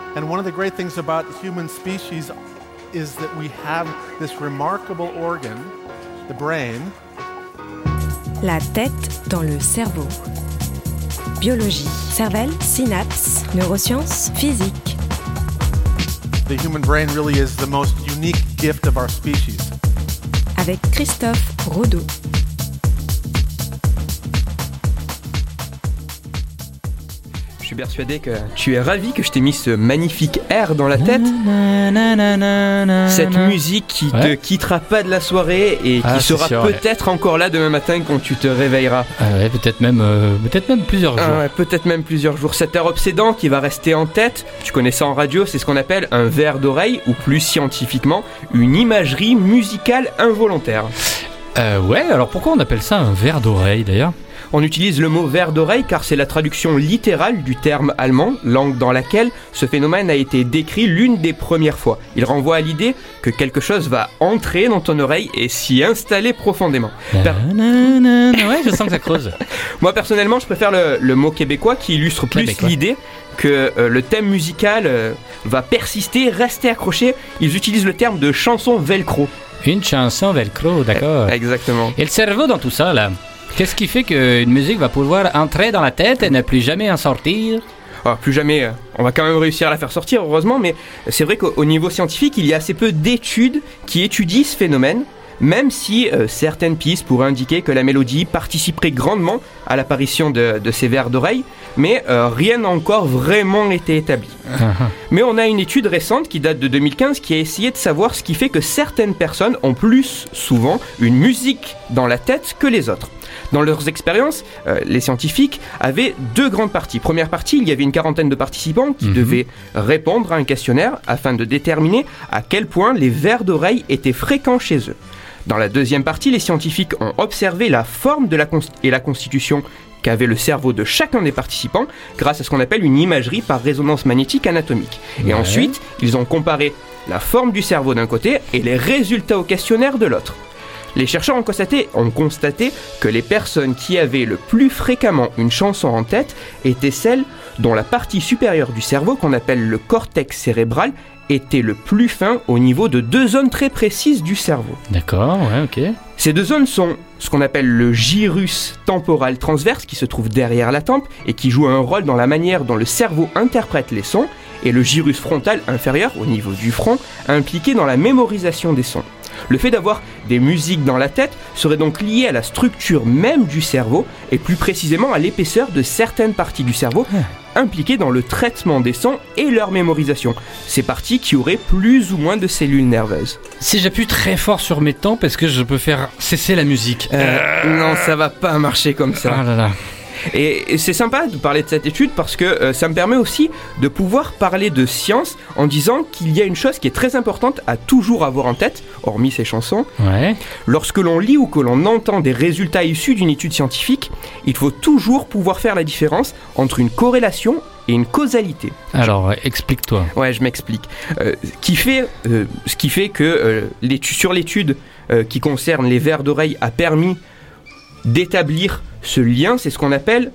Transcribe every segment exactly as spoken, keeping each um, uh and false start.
And one of the great things about human species is that we have this remarkable organ, the brain. La tête dans le cerveau. Biologie, cervelle, synapses, neurosciences, physique. The human brain really is the most unique gift of our species. Avec Christophe Rodeau. Je suis persuadé que tu es ravi que je t'ai mis ce magnifique air dans la tête. Cette musique qui ouais. te quittera pas de la soirée et ah, qui sera sûr, peut-être ouais. encore là demain matin quand tu te réveilleras. Ah ouais, peut-être même, euh, peut-être même plusieurs jours. Ah ouais, peut-être même plusieurs jours. Cet air obsédant qui va rester en tête, tu connais ça en radio, c'est ce qu'on appelle un verre d'oreille ou plus scientifiquement, une imagerie musicale involontaire. Euh, ouais, alors pourquoi on appelle ça un verre d'oreille d'ailleurs ? On utilise le mot verre d'oreille car c'est la traduction littérale du terme allemand, langue dans laquelle ce phénomène a été décrit l'une des premières fois. Il renvoie à l'idée que quelque chose va entrer dans ton oreille et s'y installer profondément. Per... Ouais, je sens que ça creuse. Moi personnellement, je préfère le, le mot québécois qui illustre plus québécois. L'idée que euh, le thème musical euh, va persister, rester accroché. Ils utilisent le terme de chanson velcro. Une chanson velcro, d'accord. Euh, exactement. Et le cerveau dans tout ça, là ? Qu'est-ce qui fait qu'une musique va pouvoir entrer dans la tête et ne plus jamais en sortir ? Oh, plus jamais, on va quand même réussir à la faire sortir, heureusement, mais c'est vrai qu'au niveau scientifique, il y a assez peu d'études qui étudient ce phénomène, même si euh, certaines pistes pourraient indiquer que la mélodie participerait grandement à l'apparition de, de ces verres d'oreille, mais euh, rien n'a encore vraiment été établi. Uh-huh. Mais on a une étude récente qui date de deux mille quinze qui a essayé de savoir ce qui fait que certaines personnes ont plus souvent une musique dans la tête que les autres. Dans leurs expériences, euh, les scientifiques avaient deux grandes parties. Première partie, il y avait une quarantaine de participants qui mmh. devaient répondre à un questionnaire afin de déterminer à quel point les verres d'oreille étaient fréquents chez eux. Dans la deuxième partie, les scientifiques ont observé la forme de la const- et la constitution qu'avait le cerveau de chacun des participants grâce à ce qu'on appelle une imagerie par résonance magnétique anatomique. Et ouais. ensuite, ils ont comparé la forme du cerveau d'un côté et les résultats au questionnaire de l'autre. Les chercheurs ont constaté, ont constaté que les personnes qui avaient le plus fréquemment une chanson en tête étaient celles dont la partie supérieure du cerveau, qu'on appelle le cortex cérébral, était le plus fin au niveau de deux zones très précises du cerveau. D'accord, ouais, ok. Ces deux zones sont ce qu'on appelle le gyrus temporal transverse, qui se trouve derrière la tempe et qui joue un rôle dans la manière dont le cerveau interprète les sons, et le gyrus frontal inférieur, au niveau du front, impliqué dans la mémorisation des sons. Le fait d'avoir des musiques dans la tête serait donc lié à la structure même du cerveau et plus précisément à l'épaisseur de certaines parties du cerveau impliquées dans le traitement des sons et leur mémorisation. Ces parties qui auraient plus ou moins de cellules nerveuses. Si j'appuie très fort sur mes tempes, est-ce que je peux faire cesser la musique ? euh, Non, ça va pas marcher comme ça. Ah là là. Et, et c'est sympa de parler de cette étude parce que euh, ça me permet aussi de pouvoir parler de science en disant qu'il y a une chose qui est très importante à toujours avoir en tête, hormis ces chansons. Ouais. Lorsque l'on lit ou que l'on entend des résultats issus d'une étude scientifique, il faut toujours pouvoir faire la différence entre une corrélation et une causalité. Alors, explique-toi. Ouais, je m'explique. Euh, qui fait, euh, ce qui fait que euh, l'étude, sur l'étude euh, qui concerne les verres d'oreille a permis d'établir ce lien, c'est ce qu'on appelle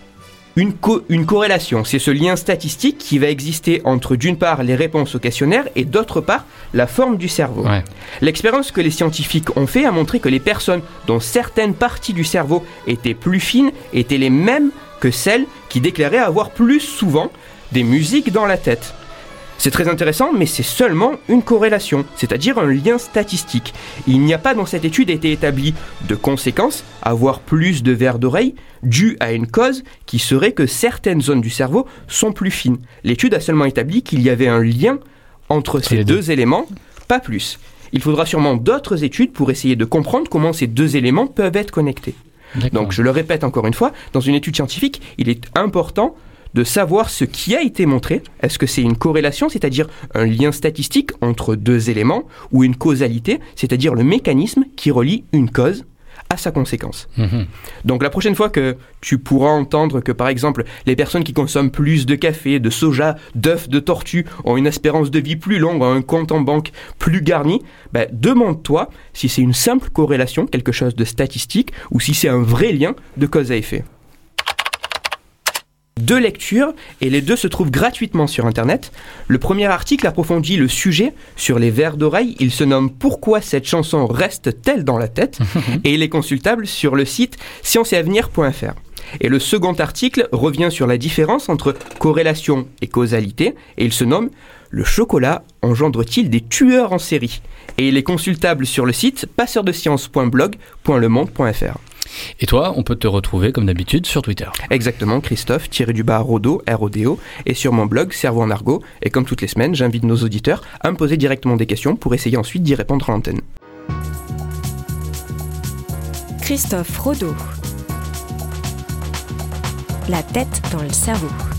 une, co- une corrélation. C'est ce lien statistique qui va exister entre, d'une part, les réponses au questionnaire et, d'autre part, la forme du cerveau. Ouais. L'expérience que les scientifiques ont fait a montré que les personnes dont certaines parties du cerveau étaient plus fines étaient les mêmes que celles qui déclaraient avoir plus souvent des musiques dans la tête. C'est très intéressant, mais c'est seulement une corrélation, c'est-à-dire un lien statistique. Il n'y a pas dans cette étude été établi de conséquence, avoir plus de verres d'oreille, dû à une cause qui serait que certaines zones du cerveau sont plus fines. L'étude a seulement établi qu'il y avait un lien entre ces deux, deux éléments, pas plus. Il faudra sûrement d'autres études pour essayer de comprendre comment ces deux éléments peuvent être connectés. D'accord. Donc je le répète encore une fois, dans une étude scientifique, il est important de savoir ce qui a été montré. Est-ce que c'est une corrélation, c'est-à-dire un lien statistique entre deux éléments, ou une causalité, c'est-à-dire le mécanisme qui relie une cause à sa conséquence. Mmh. Donc la prochaine fois que tu pourras entendre que, par exemple, les personnes qui consomment plus de café, de soja, d'œufs, de tortue ont une espérance de vie plus longue, ont un compte en banque plus garni, ben, demande-toi si c'est une simple corrélation, quelque chose de statistique, ou si c'est un vrai lien de cause à effet. deux lectures et les deux se trouvent gratuitement sur Internet. Le premier article approfondit le sujet sur les vers d'oreille. Il se nomme « Pourquoi cette chanson reste-t-elle dans la tête ?» et il est consultable sur le site science et avenir point f r. Et le second article revient sur la différence entre corrélation et causalité et il se nomme « Le chocolat engendre-t-il des tueurs en série ?» et il est consultable sur le site passeur de science point blog point le monde point f r. Et toi, on peut te retrouver comme d'habitude sur Twitter. Exactement, Christophe, tiré du bas Rodo, R O D O, et sur mon blog Cerveau en argot. Et comme toutes les semaines, j'invite nos auditeurs à me poser directement des questions pour essayer ensuite d'y répondre à l'antenne. Christophe Rodo. La tête dans le cerveau.